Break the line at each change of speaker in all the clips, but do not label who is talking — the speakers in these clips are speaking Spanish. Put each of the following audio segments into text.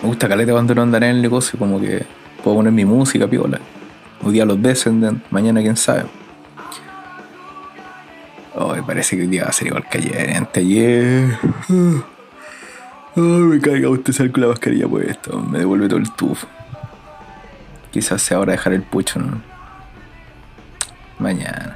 Me gusta caleta cuando no andan en el negocio, como que puedo poner mi música, piola. Hoy día los Descendants, mañana quién sabe. Hoy parece que hoy día va a ser igual que ayer, anteayer. Ay, me carga usted salir con la mascarilla puesta, me devuelve todo el tufo. Quizás sea hora de dejar el pucho, ¿no? Mañana.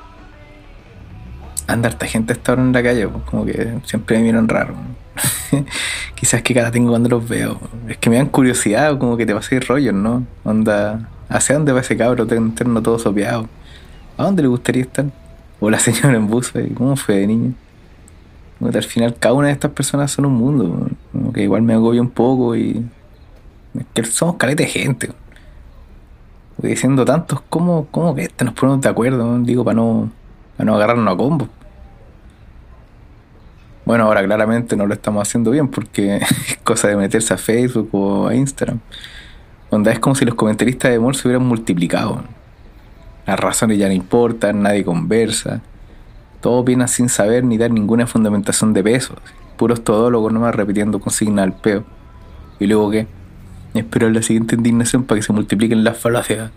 Anda harta gente a esta hora en la calle, pues, como que siempre me miran raro. Quizás qué cara tengo cuando los veo. Es que me dan curiosidad, como que te pasé rollos, ¿no? Onda, ¿hacia dónde va ese cabro interno todo sopeado? ¿A dónde le gustaría estar? O la señora en bus, ¿cómo fue de niño? Como que al final cada una de estas personas son un mundo, como que igual me agobia un poco y es que somos caleta de gente. Porque diciendo tantos, ¿cómo que nos ponemos de acuerdo? Digo, para no agarrarnos a combos. Bueno, ahora claramente no lo estamos haciendo bien porque es cosa de meterse a Facebook o a Instagram. Onda es como si los comentaristas de humor se hubieran multiplicado. Las razones ya no importan, nadie conversa. Todo opina sin saber ni dar ninguna fundamentación de peso. Puros todólogos nomás repitiendo consignas al peo. ¿Y luego qué? Espero la siguiente indignación para que se multipliquen las falacias.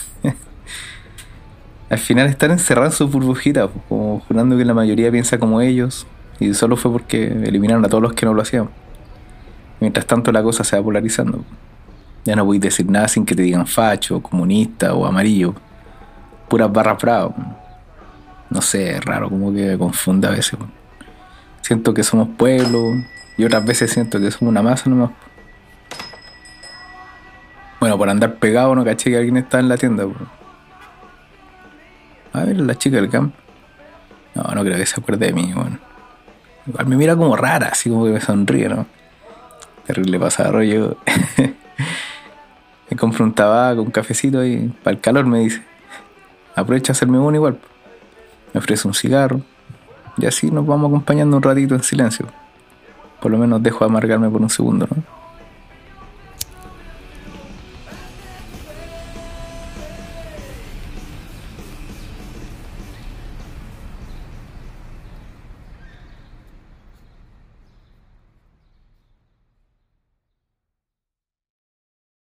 Al final están encerrados en sus burbujitas, pues, como jurando que la mayoría piensa como ellos. Y solo fue porque eliminaron a todos los que no lo hacían. Mientras tanto la cosa se va polarizando. Ya no podéis decir nada sin que te digan facho, comunista o amarillo. Puras barras bravas. No sé, es raro, como que me confunde a veces. Siento que somos pueblo y otras veces siento que somos una masa nomás. Bueno, por andar pegado no caché que alguien está en la tienda. A ver, la chica del camp. No creo que se acuerde de mí, bueno. Igual me mira como rara, así como que me sonríe, ¿no? Terrible pasada rollo. Me compro un tabaco, un cafecito y para el calor me dice. Aprovecha a hacerme uno igual. Me ofrece un cigarro. Y así nos vamos acompañando un ratito en silencio. Por lo menos dejo de amargarme por un segundo, ¿no?